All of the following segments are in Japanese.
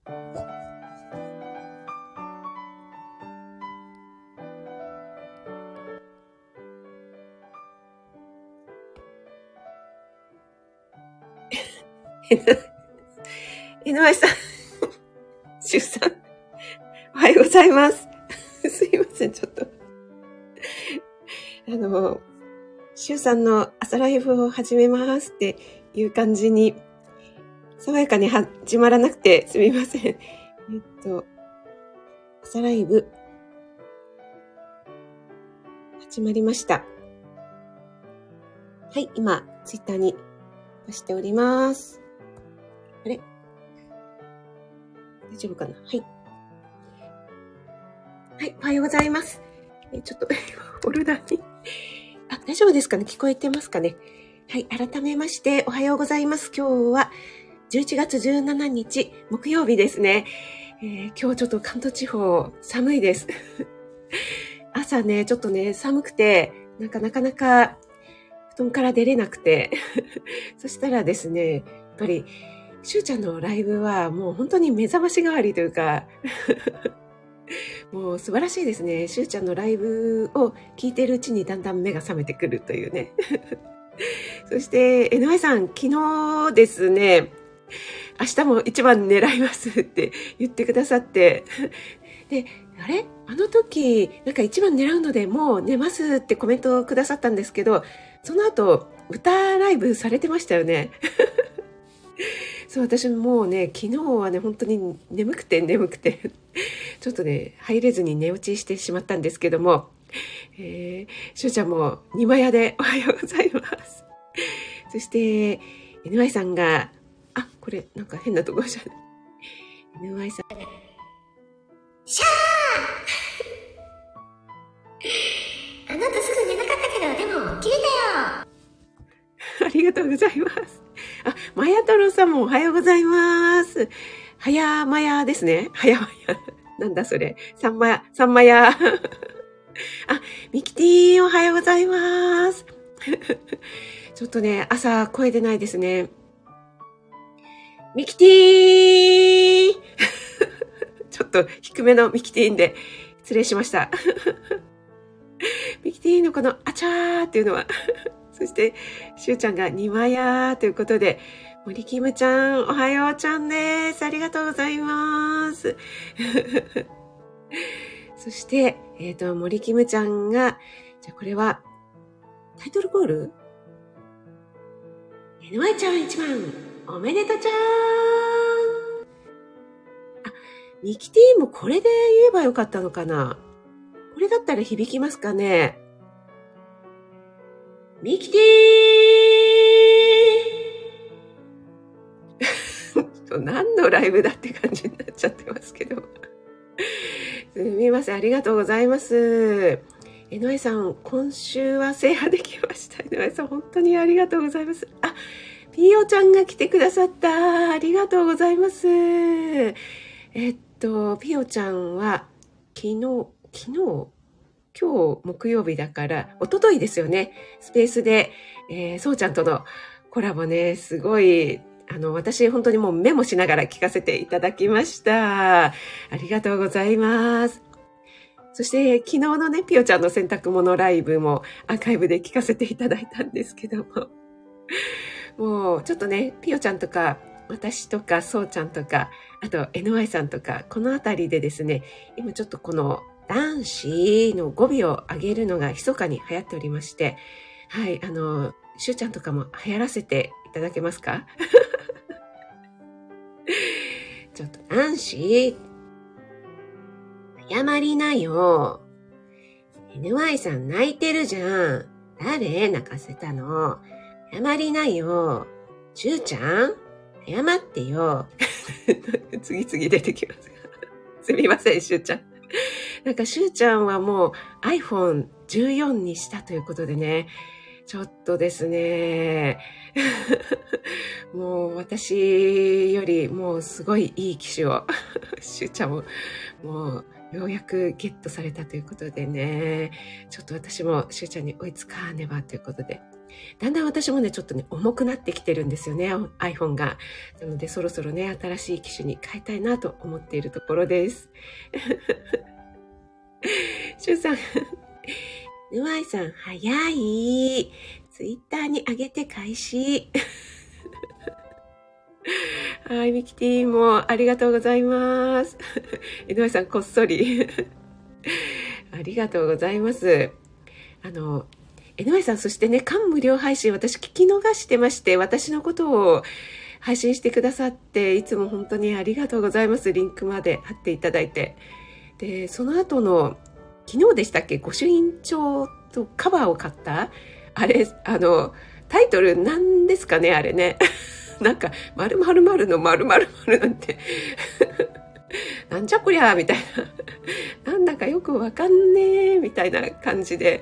NY さん、シュウさん、おはようございます。すいません、ちょっと。シュウさんの朝ライブを始めますっていう感じに、爽やかに始まらなくてすみません。朝ライブ、始まりました。はい、今、ツイッターに出しております。あれ？大丈夫かな？はい。はい、おはようございます。ちょっと、フォルダに。大丈夫ですかね？聞こえてますかね？はい、改めまして、おはようございます。今日は、11月17日、木曜日ですね。今日ちょっと関東地方、寒いです。朝ね、ちょっとね、寒くて、なかなか、布団から出れなくて。そしたらですね、やっぱり、しゅうちゃんのライブはもう本当に目覚まし代わりというか、もう素晴らしいですね。しゅうちゃんのライブを聞いているうちにだんだん目が覚めてくるというね。そして、NY さん、昨日ですね、明日も一番狙いますって言ってくださって、で、あの時、なんか一番狙うのでもう寝ますってコメントをくださったんですけど、その後、歌ライブされてましたよね。そう、私もうね、昨日はね、本当に眠くて、ちょっとね、入れずに寝落ちしてしまったんですけども、しゅうちゃんも二枚屋でおはようございます。そして、NY さんが、これ、なんか変なところじゃない。NY さん。 シャーあなたすぐ寝なかったけど、でも起きれたよ。 ありがとうございます。マヤ太郎さんもおはようございます。はやまやですね。はやまや。なんだそれ。さんまや。ミキティおはようございます。ちょっとね、朝声出ないですね。ミキティちょっと低めのミキティで失礼しました。ミキティのこのあちゃーっていうのはそして、しゅうちゃんがにまやということで、森キムちゃん、おはようちゃんです。ありがとうございます。そして、森キムちゃんが、じゃあこれは、タイトルコール？ NY ちゃん1番、おめでとちゃーん。ミキティもこれで言えばよかったのかな？これだったら響きますかね？ミキティ何のライブだって感じになっちゃってますけど。すみません、ありがとうございます。NY さん、今週は制覇できました。NY さん、本当にありがとうございます。ピオちゃんが来てくださった。ありがとうございます。ピオちゃんは、今日木曜日だから、一昨日ですよね。スペースで、そうちゃんとのコラボね、すごい、私本当にもうメモしながら聞かせていただきました。ありがとうございます。そして昨日のね、ピオちゃんの洗濯物ライブもアーカイブで聞かせていただいたんですけども、もうちょっとね、ピオちゃんとか、私とか、そうちゃんとか、あと NY さんとか、このあたりでですね、今ちょっとこの男子の語尾を上げるのが密かに流行っておりまして、はい、しゅうちゃんとかも流行らせていただけますか？ちょっと男子、謝りなよ。NY さん泣いてるじゃん。誰泣かせたの？謝りなよ。しゅうちゃん謝ってよ。次々出てきます。すみません、しゅうちゃん。なんかしゅうちゃんはもう iPhone14 にしたということでね、ちょっとですね、もう私よりもうすごいいい機種を、しゅうちゃんももうようやくゲットされたということでね、ちょっと私もしゅうちゃんに追いつかねばということで、 だんだん私もね、ちょっとね、重くなってきてるんですよね、iPhone が。なので、そろそろね、新しい機種に変えたいなと思っているところです。シュウさん、ぬわいさん、早い。ツイッターに上げて開始。はい、ミキティもありがとうございます。井上さん、こっそり。ありがとうございます。江上さん、そしてね、感無量配信、私聞き逃してまして、私のことを配信してくださって、いつも本当にありがとうございます。リンクまで貼っていただいて。で、その後の、昨日でしたっけ、御朱印帳とカバーを買ったあれ、タイトル何ですかね、あれね。なんか、〇〇〇の〇〇〇なんて。なんじゃこりゃみたいな。なんだかよくわかんねえみたいな感じで。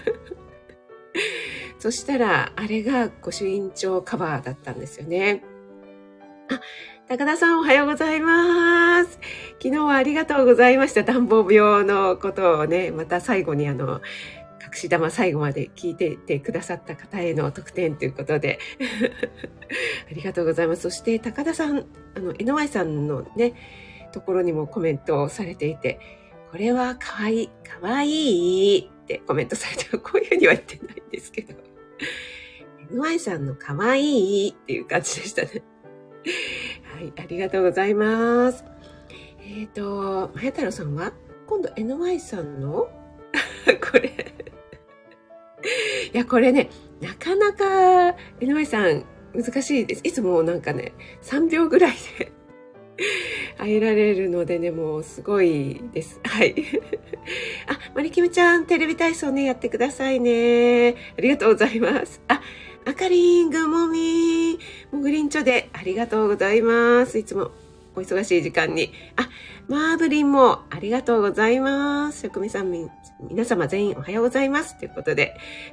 そしたら、あれが御朱印帳カバーだったんですよね。あ、高田さんおはようございます。昨日はありがとうございました。暖房病のことをね、また最後に隠し玉最後まで聞いていてくださった方への特典ということで。ありがとうございます。そして高田さん、NY さんのね、ところにもコメントをされていて、これはかわいい、かわいいってコメントされて、こういうふうには言ってないんですけど、NY さんのかわいいっていう感じでしたね。はい、ありがとうございます。まや太郎さんは今度 NY さんのこれいや、これね、なかなか NY さん難しいです。いつもなんかね、3秒ぐらいで入られるのでね、もうすごいです。はい。あ、まりきむちゃん、テレビ体操ね、やってくださいね。ありがとうございます。あ、あかりん、ぐもみ、もぐりんちょで、ありがとうございます。いつもお忙しい時間に。あ、マーブリンも、ありがとうございます。職味さん、皆様全員おはようございます。ということで。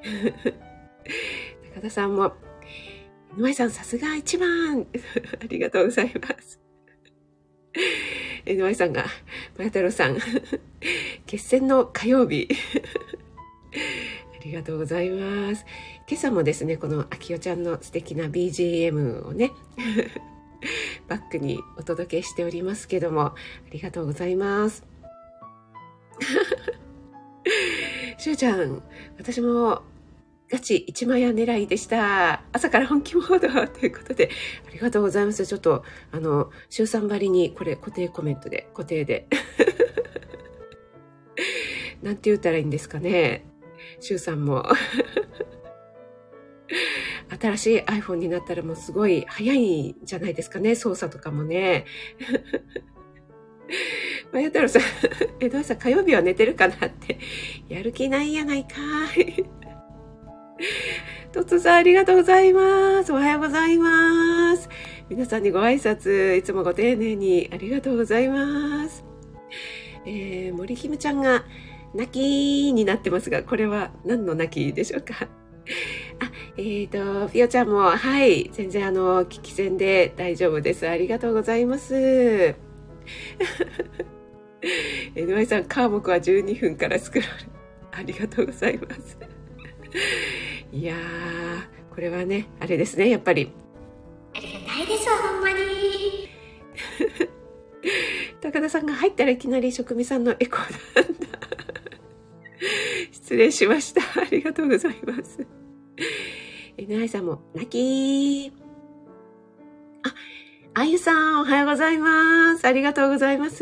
高田さんも、井上さん、さすが一番。ありがとうございます。井上さんが、まや太郎さん、決戦の火曜日。ありがとうございます。今朝もですね、このあきおちゃんの素敵な BGM をね、バックにお届けしておりますけども、ありがとうございます。しゅうちゃん、私もガチ一枚屋狙いでした。朝から本気モードということで、ありがとうございます。ちょっと、しゅうさんばりにこれ固定コメントで、固定で。なんて言ったらいいんですかね。しゅうさんも。新しい iPhone になったらもうすごい早いんじゃないですかね。操作とかもね。まや太郎さん、江戸さん火曜日は寝てるかなって。やる気ないやないかい。とつさんありがとうございます。おはようございます。皆さんにご挨拶、いつもご丁寧にありがとうございます。森ひむちゃんが泣きになってますが、これは何の泣きでしょうか。あ、ピオちゃんも、はい、全然聞き戦で大丈夫です。ありがとうございます。NY さん、カーモクは12分から作られる。ありがとうございます。いやー、これはね、あれですね、やっぱり。 ありがたいです、ほんまに。 高田さんが入ったらいきなり職味さんのエコーなんだ。失礼しました。ありがとうございます。NY さんも、泣きー。あ、あゆさん、おはようございます。ありがとうございます。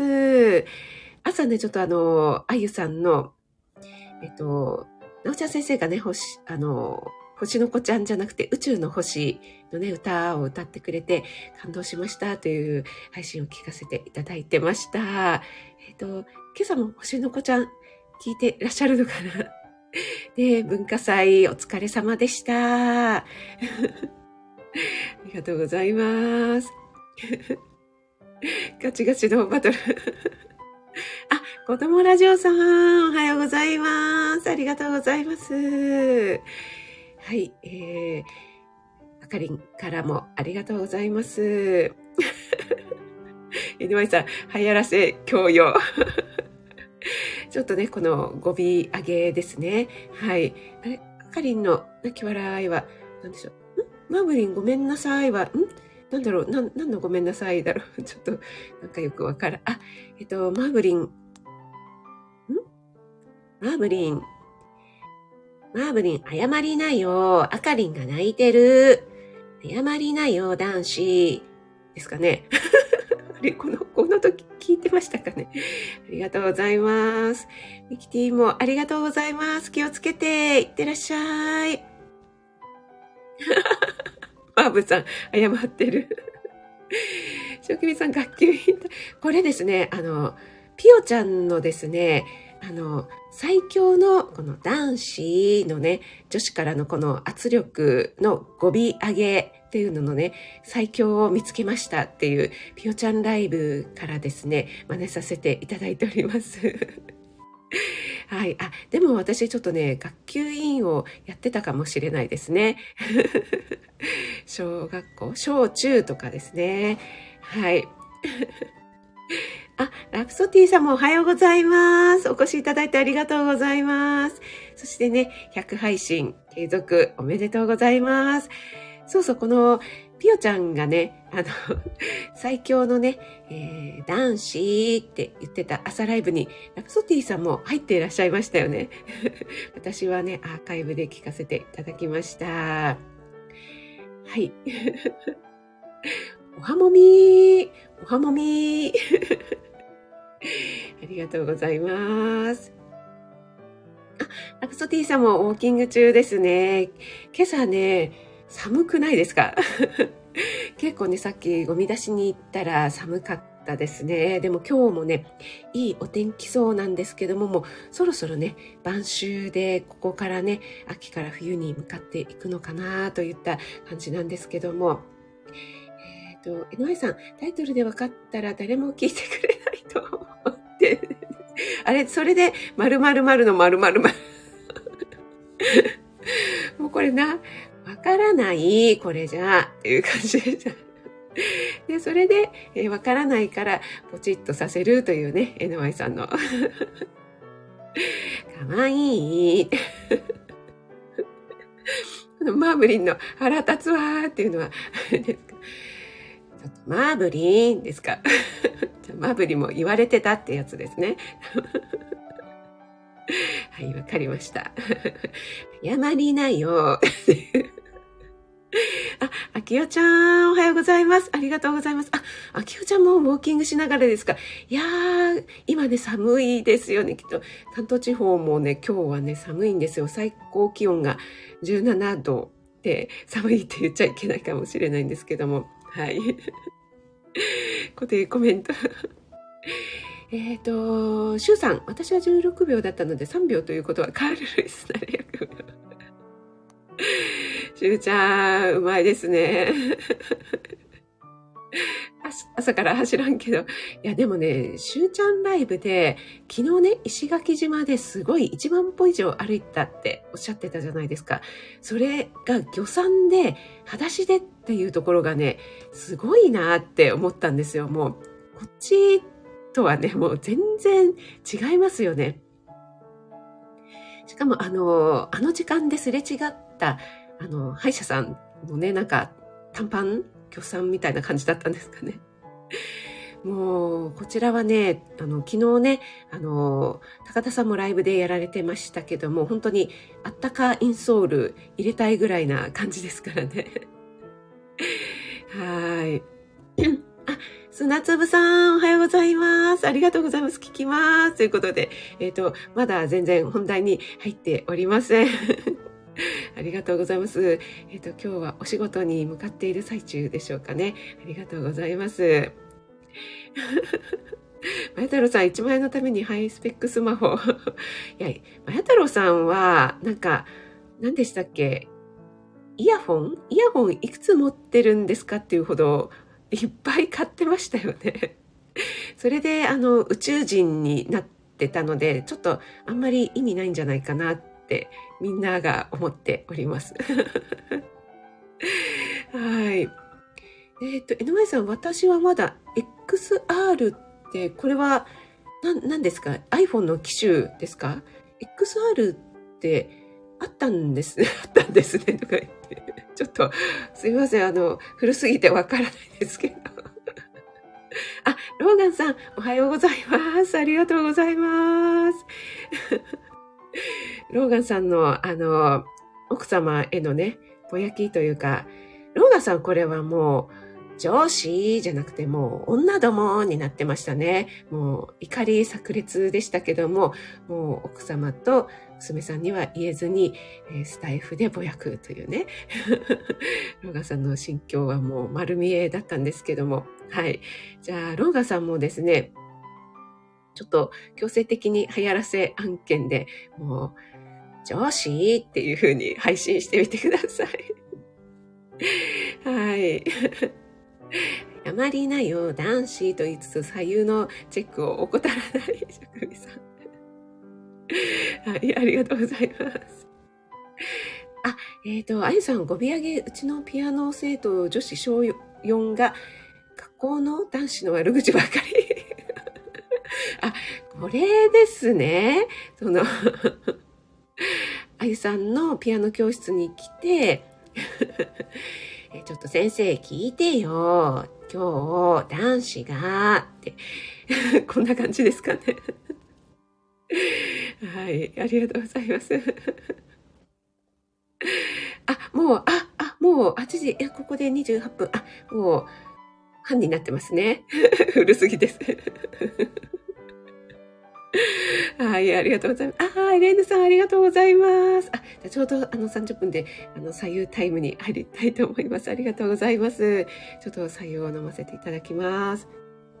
朝ね、ちょっとあゆさんの、なおちゃん先生がね、星の子ちゃんじゃなくて宇宙の星のね、歌を歌ってくれて感動しましたという配信を聞かせていただいてました。今朝も星の子ちゃん聞いてらっしゃるのかなね、文化祭お疲れ様でした。ありがとうございます。ガチガチのバトル。あ、子供ラジオさん、おはようございます。ありがとうございます。はい、あかりんからもありがとうございます。NY さん、流行らせ教養。ちょっとね、この語尾上げですね。はい。あれ、あかりんの泣き笑いは、何でしょう。マーブリンごめんなさいは、なんだろう、なんのごめんなさいだろう。ちょっと、なんかよくわからん。マーブリン、マーブリン、謝りなよ。あかりんが泣いてる。謝りなよ、男子。ですかね。あれ、この時聞いてましたかね。ありがとうございます。ミキティもありがとうございます。気をつけて、いってらっしゃい。マーブさん、謝ってる。しょきみさん、学級委員。これですね、ピオちゃんのですね、最強のこの男子のね、女子からのこの圧力の語尾上げっていうののね、最強を見つけましたっていうピオちゃんライブからですね、真似させていただいております。はい。でも私ちょっとね、学級委員をやってたかもしれないですね。小学校、小中とかですね。はい。ラプソティさんもおはようございます。お越しいただいてありがとうございます。そしてね、100配信継続おめでとうございます。そうそう、このピオちゃんがね、最強のね、男子って言ってた朝ライブにラプソティさんも入っていらっしゃいましたよね。私はね、アーカイブで聞かせていただきました。はい。おはもみありがとうございます。ラプソティさんもウォーキング中ですね。今朝ね、寒くないですか？結構ね、さっきゴミ出しに行ったら寒かったですね。でも今日もね、いいお天気そうなんですけども、もうそろそろね、晩秋でここからね、秋から冬に向かっていくのかなといった感じなんですけども、江上さん、タイトルで分かったら誰も聞いてくれないと思って。あれ、それで、〇〇〇の〇〇〇。もうこれ分からない、これじゃ、っていう感じでした。で、それで、分からないから、ポチッとさせるというね、NY さんの。かわいい。マーブリンの腹立つわーっていうのは、マーブリンですか。マーブリンも言われてたってやつですね。はい、わかりました。謝りなよ。あきおちゃん、おはようございます。ありがとうございます。あきおちゃんもウォーキングしながらですか。いやー、今ね、寒いですよね。きっと、関東地方もね、今日はね、寒いんですよ。最高気温が17度で、寒いって言っちゃいけないかもしれないんですけども。はい。固定コメント。シュウさん、私は16秒だったので3秒ということはカール・ルイスなら100秒。シュウちゃん、うまいですね。朝から走らんけど。いや、でもね、シュウちゃんライブで、昨日ね、石垣島ですごい1万歩以上歩いたっておっしゃってたじゃないですか。それが漁産で、裸足でっていうところがね、すごいなって思ったんですよ。もう、こっちとはね、もう全然違いますよね。しかも、あの時間ですれ違った、歯医者さんのね、なんか、短パン漁産みたいな感じだったんですかね。もう、こちらはね、昨日ね、高田さんもライブでやられてましたけども、本当にあったかインソール入れたいぐらいな感じですからね。はい。砂粒さん、おはようございます。ありがとうございます。聞きます。ということで、まだ全然本題に入っておりません。ありがとうございます。今日はお仕事に向かっている最中でしょうかね。ありがとうございます。まや太郎さん、1万円のためにハイスペックスマホ。いや、まや太郎さんは、なんか、何でしたっけ？イヤホンいくつ持ってるんですかっていうほど、いっぱい買ってましたよね。それで、宇宙人になってたので、ちょっとあんまり意味ないんじゃないかなってみんなが思っております。はい。NY さん、私はまだ XR って、これは何ですか？ iPhone の機種ですか？ XR ってあったんですねとか言って。ちょっと、すいません、古すぎてわからないですけど。あ、ローガンさん、おはようございます。ありがとうございます。ローガンさんの、奥様へのね、ぼやきというか、ローガンさんこれはもう、上司じゃなくてもう女どもになってましたね。もう怒り炸裂でしたけども、もう奥様と娘さんには言えずに、スタイフでぼやくというね。ローガンさんの心境はもう丸見えだったんですけども。はい。じゃあ、ローガンさんもですね、ちょっと強制的に流行らせ案件で、もう、上司っていう風に配信してみてください。はい。あまりなよ、男子と言いつつ左右のチェックを怠らない職人さん。はい、ありがとうございます。あ、あゆさん、ごび上げ、うちのピアノ生徒女子小4が学校の男子の悪口ばかり。あ、これですね。あゆさんのピアノ教室に来て、ちょっと先生聞いてよ。今日男子がってこんな感じですかね。はい、ありがとうございます。もう8時、ここで28分。もう半になってますね。古すぎです。はい、ありがとうございます。エレーヌさんありがとうございます。じゃあちょうど30分で左右タイムに入りたいと思います。ありがとうございます。ちょっと左右を飲ませていただきます。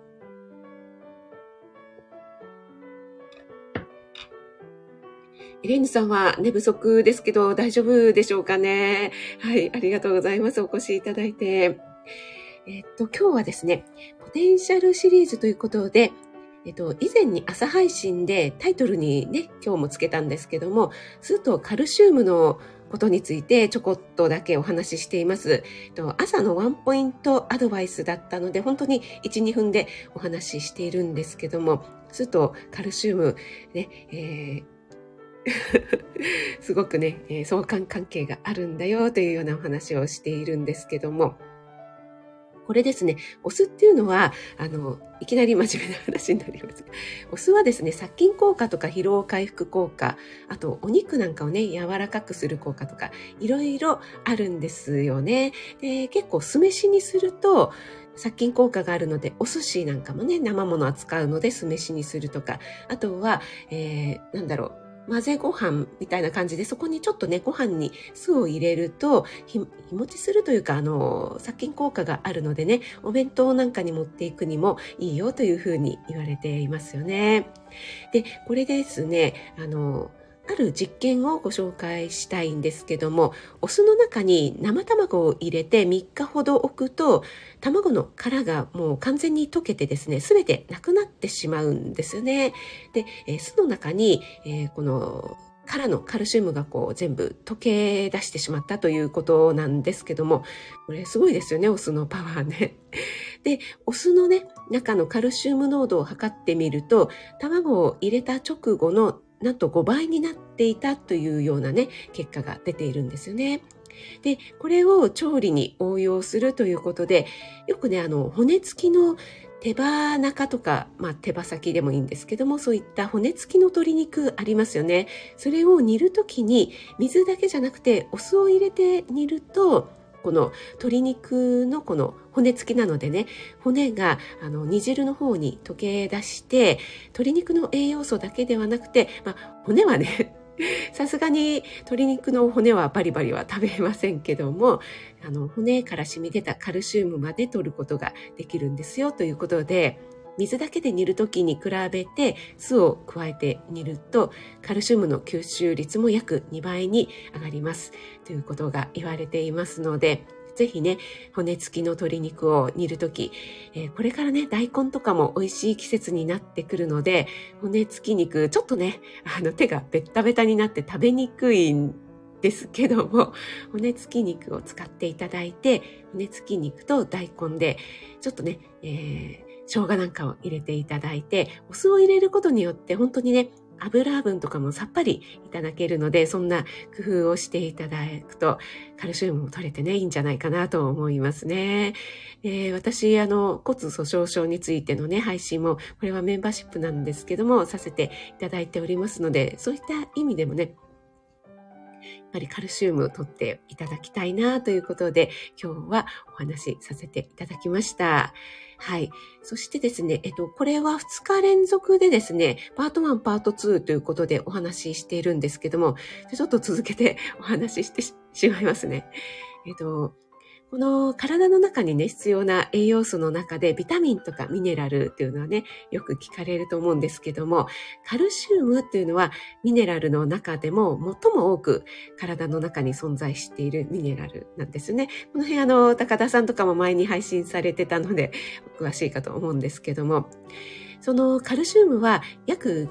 エレーヌさんは寝不足ですけど大丈夫でしょうかね。はい、ありがとうございます。お越しいただいて。今日はですね、ポテンシャルシリーズということで、以前に朝配信でタイトルにね、今日もつけたんですけども、酢とカルシウムのことについてちょこっとだけお話ししています。朝のワンポイントアドバイスだったので、本当に1、2分でお話ししているんですけども、酢とカルシウム、ね、すごくね、相関関係があるんだよというようなお話をしているんですけども、これですね、お酢っていうのは、いきなり真面目な話になります。お酢はですね、殺菌効果とか疲労回復効果、あとお肉なんかをね、柔らかくする効果とか、いろいろあるんですよね。で、結構酢飯にすると、殺菌効果があるので、お寿司なんかもね、生もの扱うので酢飯にするとか、あとは、混ぜご飯みたいな感じで、そこにちょっとね、ご飯に酢を入れると、日持ちするというか、殺菌効果があるのでね、お弁当なんかに持っていくにもいいよというふうに言われていますよね。で、これですね、ある実験をご紹介したいんですけども、お酢の中に生卵を入れて3日ほど置くと、卵の殻がもう完全に溶けてですね、すべてなくなってしまうんですよね。で、酢の中に、この殻のカルシウムがこう全部溶け出してしまったということなんですけども、これすごいですよね、お酢のパワーね。で、お酢のね、中のカルシウム濃度を測ってみると、卵を入れた直後のなんと5倍になっていたというようなね、結果が出ているんですよね。で、これを調理に応用するということで、よくね、骨付きの手羽中とか、手羽先でもいいんですけども、そういった骨付きの鶏肉ありますよね。それを煮るときに、水だけじゃなくて、お酢を入れて煮ると、この鶏肉のこの骨付きなのでね、骨が煮汁の方に溶け出して、鶏肉の栄養素だけではなくて、骨はね、さすがに鶏肉の骨はバリバリは食べませんけども、骨から染み出たカルシウムまで取ることができるんですよということで、水だけで煮るときに比べて酢を加えて煮るとカルシウムの吸収率も約2倍に上がりますということが言われていますので、ぜひね、骨付きの鶏肉を煮るとき、これからね、大根とかも美味しい季節になってくるので、骨付き肉、ちょっとね、手がベッタベタになって食べにくいんですけども、骨付き肉を使っていただいて、骨付き肉と大根で、ちょっとね、生姜なんかを入れていただいて、お酢を入れることによって本当にね、 油分とかもさっぱりいただけるので、そんな工夫をしていただくと、カルシウムも取れてね、いいんじゃないかなと思いますね。私、骨粗鬆症についてのね、配信も、これはメンバーシップなんですけども、させていただいておりますので、そういった意味でもね、やっぱりカルシウムを取っていただきたいなということで、今日はお話しさせていただきました。はい。そしてですね、これは2日連続でですね、パート1、パート2ということでお話ししているんですけども、ちょっと続けてお話ししてしまいますね。この体の中にね、必要な栄養素の中でビタミンとかミネラルっていうのはね、よく聞かれると思うんですけども、カルシウムっていうのはミネラルの中でも最も多く体の中に存在しているミネラルなんですね。この辺高田さんとかも前に配信されてたので、詳しいかと思うんですけども、そのカルシウムは約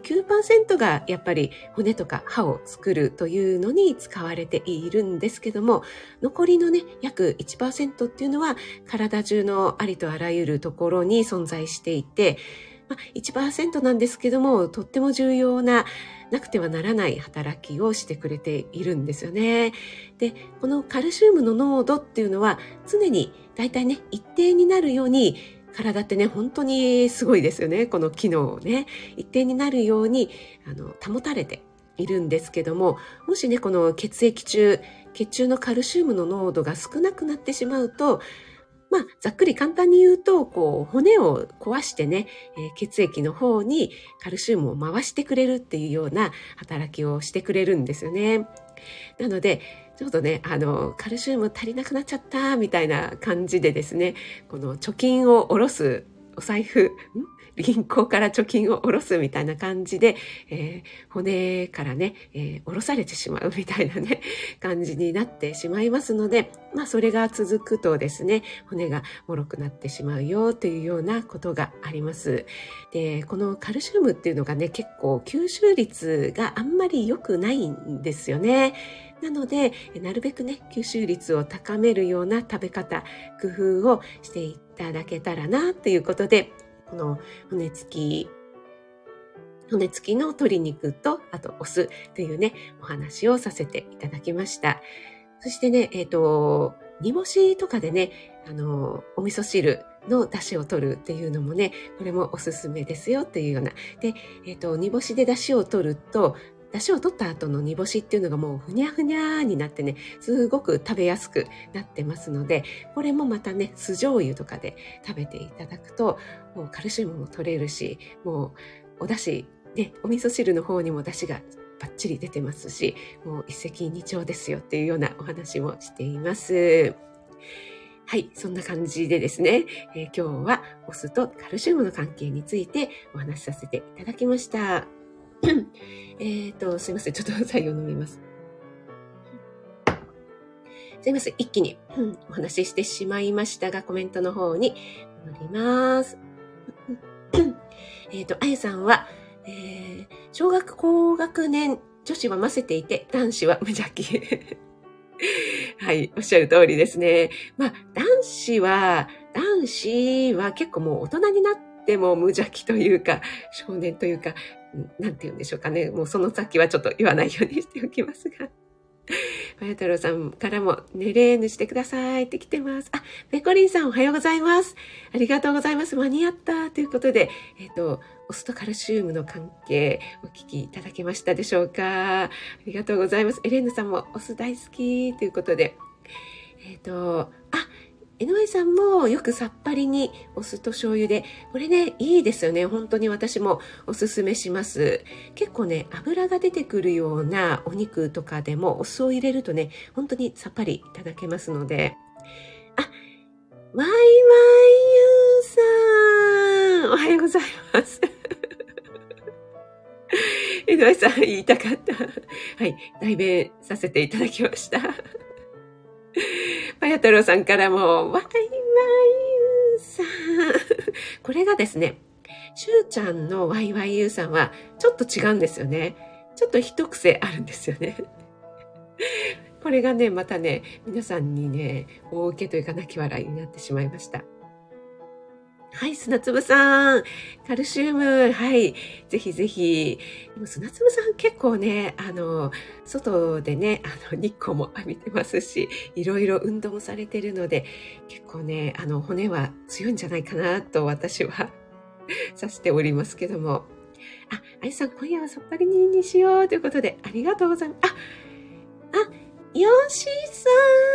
99% がやっぱり骨とか歯を作るというのに使われているんですけども、残りのね、約 1% っていうのは体中のありとあらゆるところに存在していて、1% なんですけども、とっても重要な、なくてはならない働きをしてくれているんですよね。で、このカルシウムの濃度っていうのは常にだいたいね、一定になるように体ってね、本当にすごいですよね。この機能をね、一定になるように保たれているんですけども、もしね、この血中のカルシウムの濃度が少なくなってしまうと、ざっくり簡単に言うと、骨を壊してね、血液の方にカルシウムを回してくれるっていうような働きをしてくれるんですよね。なので、ちょっとね、カルシウム足りなくなっちゃったみたいな感じでですね、この貯金を下ろす、お財布、銀行から貯金を下ろすみたいな感じで、骨からね、下ろされてしまうみたいなね、感じになってしまいますので、それが続くとですね、骨が脆くなってしまうよというようなことがあります。で、このカルシウムっていうのがね、結構吸収率があんまり良くないんですよね。なので、なるべくね、吸収率を高めるような食べ方、工夫をしていただけたらなということで、この骨付きの鶏肉と、あとお酢というね、お話をさせていただきました。そしてね、煮干しとかでね、お味噌汁の出汁を取るっていうのもね、これもおすすめですよっていうような。で、煮干しで出汁を取ると、出汁を取った後の煮干しっていうのがもうふにゃふにゃになってね、すごく食べやすくなってますので、これもまたね、酢醤油とかで食べていただくと、もうカルシウムも取れるし、もうお出汁、ね、お味噌汁の方にも出汁がバッチリ出てますし、もう一石二鳥ですよっていうようなお話もしています。はい、そんな感じでですね、今日はお酢とカルシウムの関係についてお話しさせていただきました。すいません。ちょっと最後飲みます。すいません。一気に、お話ししてしまいましたが、コメントの方に戻ります。あゆさんは、小学高学年女子はませていて、男子は無邪気。はい、おっしゃる通りですね。男子は結構もう大人になっても無邪気というか、少年というか、なんて言うんでしょうかね。もうその先はちょっと言わないようにしておきますが。パヤ太郎さんからも、寝れぬしてくださいって来てます。ペコリンさんおはようございます。ありがとうございます。間に合ったということで、お酢とカルシウムの関係お聞きいただけましたでしょうか。ありがとうございます。エレーヌさんもお酢大好きということで、江上さんもよくさっぱりにお酢と醤油で、これね、いいですよね。本当に私もおすすめします。結構ね、油が出てくるようなお肉とかでもお酢を入れるとね、本当にさっぱりいただけますので。ワイワイユーさん、おはようございます。江上さん言いたかった。はい、代弁させていただきました。パヤ太郎さんからも、ワイワイユーさん。これがですね、しゅうちゃんのワイワイユーさんはちょっと違うんですよね。ちょっと一癖あるんですよね。これがね、またね、皆さんにね、大受けというか泣き笑いになってしまいました。 はい、砂粒さん、カルシウム、はい、ぜひぜひ。でも砂粒さん結構ね、外でね、日光も浴びてますし、いろいろ運動もされてるので、結構ね、骨は強いんじゃないかなと私は指しておりますけども。あゆさん、今夜はさっぱりにしようということで、ありがとうございます。よしさ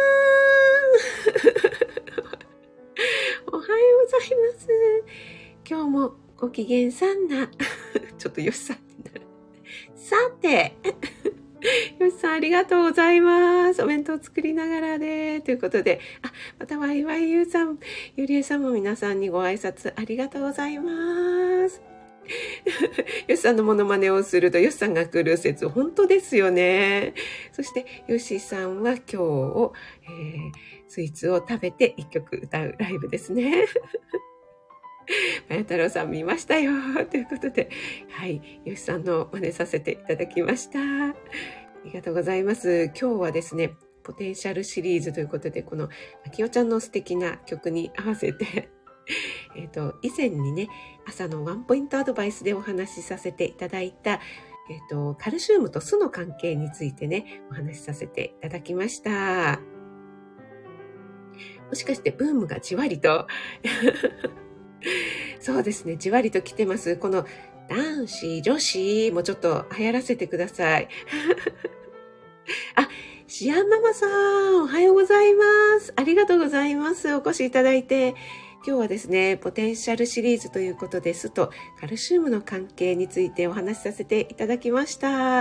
んおはようございます。今日もご機嫌さんな。ちょっとよしさんってなる。さて、よしさんありがとうございます。お弁当作りながらで。ということで、またわいわいゆうさん、ゆりえさんも皆さんにご挨拶ありがとうございます。よしさんのモノマネをするとよしさんが来る説、本当ですよね。そしてよしさんは今日、スイーツを食べて一曲歌うライブですね。まや太郎さん見ましたよということで、はい、よしさんの真似させていただきました。ありがとうございます。今日はですね、ポテンシャルシリーズということで、このあきおちゃんの素敵な曲に合わせて以前にね、朝のワンポイントアドバイスでお話しさせていただいた、カルシウムと酢の関係についてね、お話しさせていただきました。もしかしてブームがじわりとそうですね、じわりと来てます。この男子、女子もちょっと流行らせてください。シアンママさん、おはようございます。ありがとうございます。お越しいただいて。今日はですね、ポテンシャルシリーズということで、酢とカルシウムの関係についてお話しさせていただきました。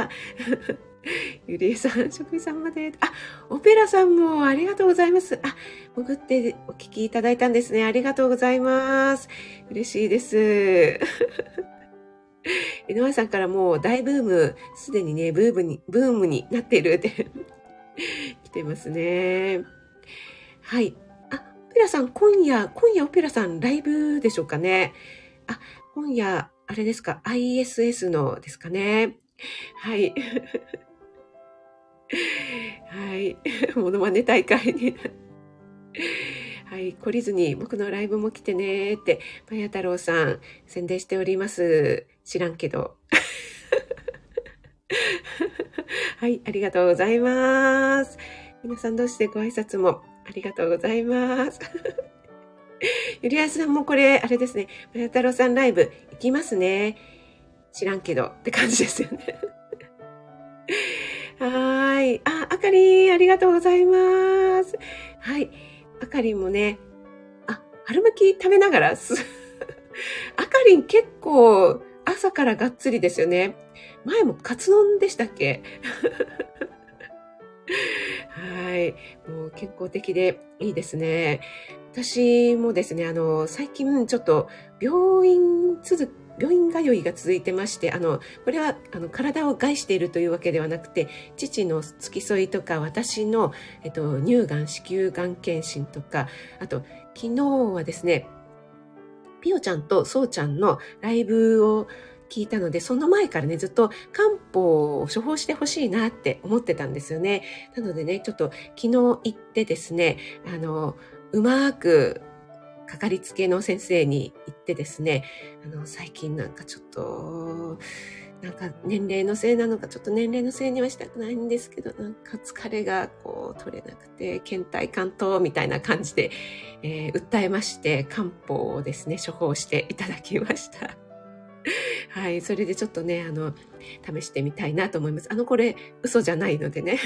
ゆりえさん、職員さんまで。オペラさんもありがとうございます。潜ってお聞きいただいたんですね。ありがとうございます。嬉しいです。井上さんからもう大ブーム、すでにね、ブームになっているって来てますね。はい。オペラさん、今夜オペラさんライブでしょうかね。今夜、あれですか、ISS のですかね。はい。はい。モノマネ大会に。はい。懲りずに僕のライブも来てねって、まや太郎さん宣伝しております。知らんけど。はい。ありがとうございます。皆さん同士でご挨拶もありがとうございます。ゆりやすさんもこれ、あれですね。まや太郎さんライブ行きますね。知らんけどって感じですよね。はい。あかりん、ありがとうございます。はい。あかりんもね、春巻き食べながらあかりん結構朝からがっつりですよね。前もカツ丼でしたっけはい。もう健康的でいいですね。私もですね、最近ちょっと病院通いが続いてまして、これは、体を害しているというわけではなくて、父の付き添いとか、私の、乳がん、子宮がん検診とか、あと、昨日はですね、ピオちゃんとソウちゃんのライブを聞いたので、その前からね、ずっと漢方を処方してほしいなって思ってたんですよね。なのでね、ちょっと昨日行ってですね、うまくかかりつけの先生に行ってですね、最近なんかちょっと、なんか年齢のせいなのか、ちょっと年齢のせいにはしたくないんですけど、なんか疲れがこう取れなくて、倦怠感と、みたいな感じで、訴えまして、漢方をですね、処方していただきました。はい、それでちょっとね、試してみたいなと思います。これ、嘘じゃないのでね。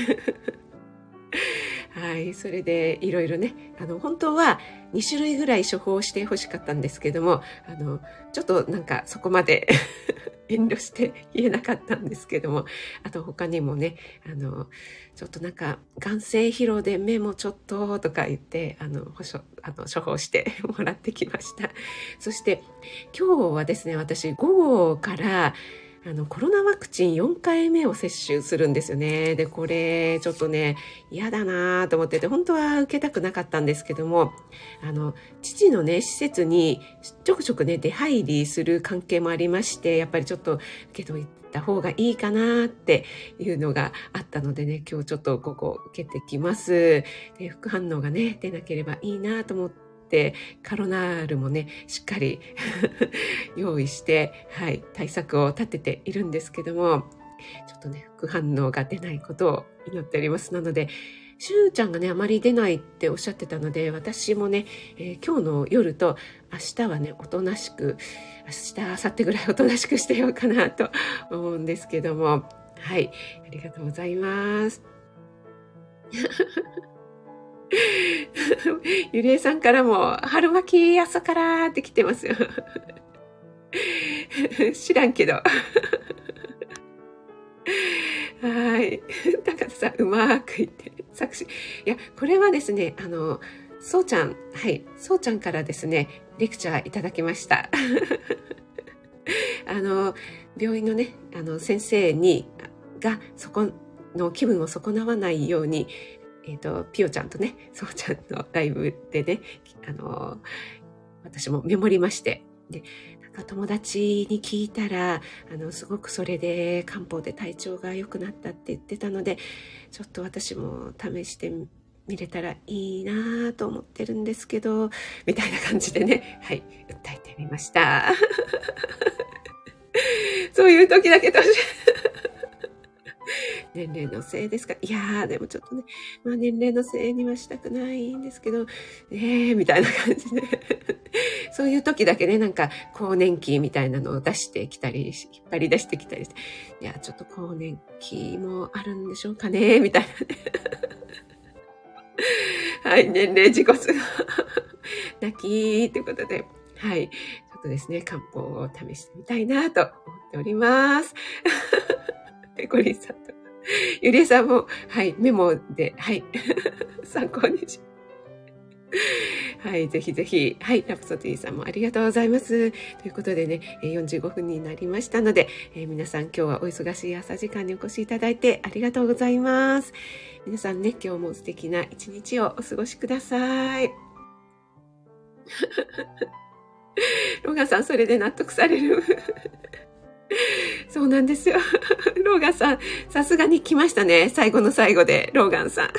はい、それでいろいろね、本当は2種類ぐらい処方してほしかったんですけども、ちょっとなんかそこまで遠慮して言えなかったんですけども、あと他にもね、ちょっとなんか眼性疲労で目もちょっととか言って、処方してもらってきました。そして今日はですね、私午後からコロナワクチン4回目を接種するんですよね。で、これ、ちょっとね、嫌だなと思ってて、本当は受けたくなかったんですけども、父のね、施設にちょくちょくね、出入りする関係もありまして、やっぱりちょっと受けといた方がいいかなっていうのがあったのでね、今日ちょっとここ受けてきます。で、副反応がね、出なければいいなと思って、 、カロナールもね、しっかり用意して、はい、対策を立てているんですけども、ちょっとね、副反応が出ないことを祈っております。なので、しゅうちゃんがね、あまり出ないっておっしゃってたので、私もね、今日の夜と明日はね、おとなしく、明日、明後日ぐらいおとなしくしてようかなと思うんですけども、はい、ありがとうございます。ゆりえさんからも、春巻き朝からって来てますよ。知らんけど。はい。高田さん、うまく言って。作詞。いや、これはですね、そうちゃん、はい。そうちゃんからですね、レクチャーいただきました。病院のね、先生が、そこの気分を損なわないように、ピオちゃんとね、そうちゃんのライブでね、私もメモりまして、で、なんか友達に聞いたら、すごくそれで漢方で体調が良くなったって言ってたので、ちょっと私も試してみれたらいいなと思ってるんですけど、みたいな感じでね、はい、訴えてみました。そういう時だけど、年齢のせいですか？いやー、でもちょっとね、まあ年齢のせいにはしたくないんですけど、みたいな感じで。そういう時だけね、なんか、更年期みたいなのを出してきたり、引っ張り出してきたりして、いや、ちょっと更年期もあるんでしょうかね、みたいなね。はい、年齢自己数。泣きーってことで、はい、ちょっとですね、漢方を試してみたいなと思っております。ペコリンさんと。ゆりえさんも、はい、メモで、はい、参考にし。はい、ぜひぜひ、はい、ラプソディさんもありがとうございます。ということでね、45分になりましたので、皆さん今日はお忙しい朝時間にお越しいただいてありがとうございます。皆さんね、今日も素敵な一日をお過ごしください。ローガンさん、それで納得される。そうなんですよ。ローガンさん、さすがに来ましたね。最後の最後で、ローガンさん。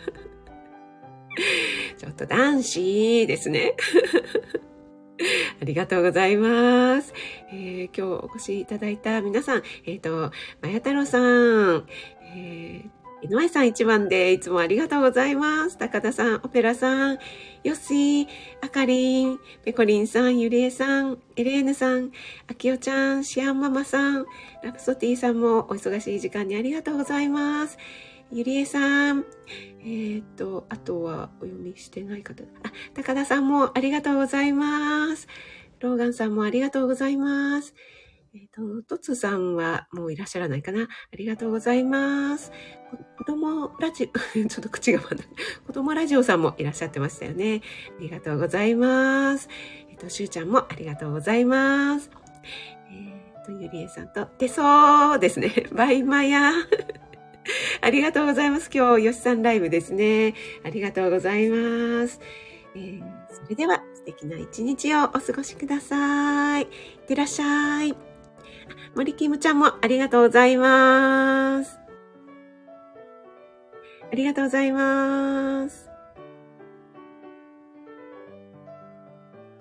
ちょっと男子ですね。ありがとうございます。今日お越しいただいた皆さん、まや太郎さん、井上さん1番でいつもありがとうございます。高田さん、オペラさん、ヨッシー、あかりん、ペコリンさん、ゆりえさん、エレーヌさん、あきおちゃん、シアンママさん、ラプソティさんもお忙しい時間にありがとうございます。ゆりえさん、あとはお読みしてない方、高田さんもありがとうございます。ローガンさんもありがとうございます。トツさんはもういらっしゃらないかな。ありがとうございます。子供ラジオ、ちょっと口が回らない。子供ラジオさんもいらっしゃってましたよね。ありがとうございます。しゅうちゃんもありがとうございます。ゆりえさんと、手相ですね。バイマヤ。ありがとうございます。今日、よしさんライブですね。ありがとうございます。それでは、素敵な一日をお過ごしください。いってらっしゃい。森キムちゃんもありがとうございます。ありがとうございます。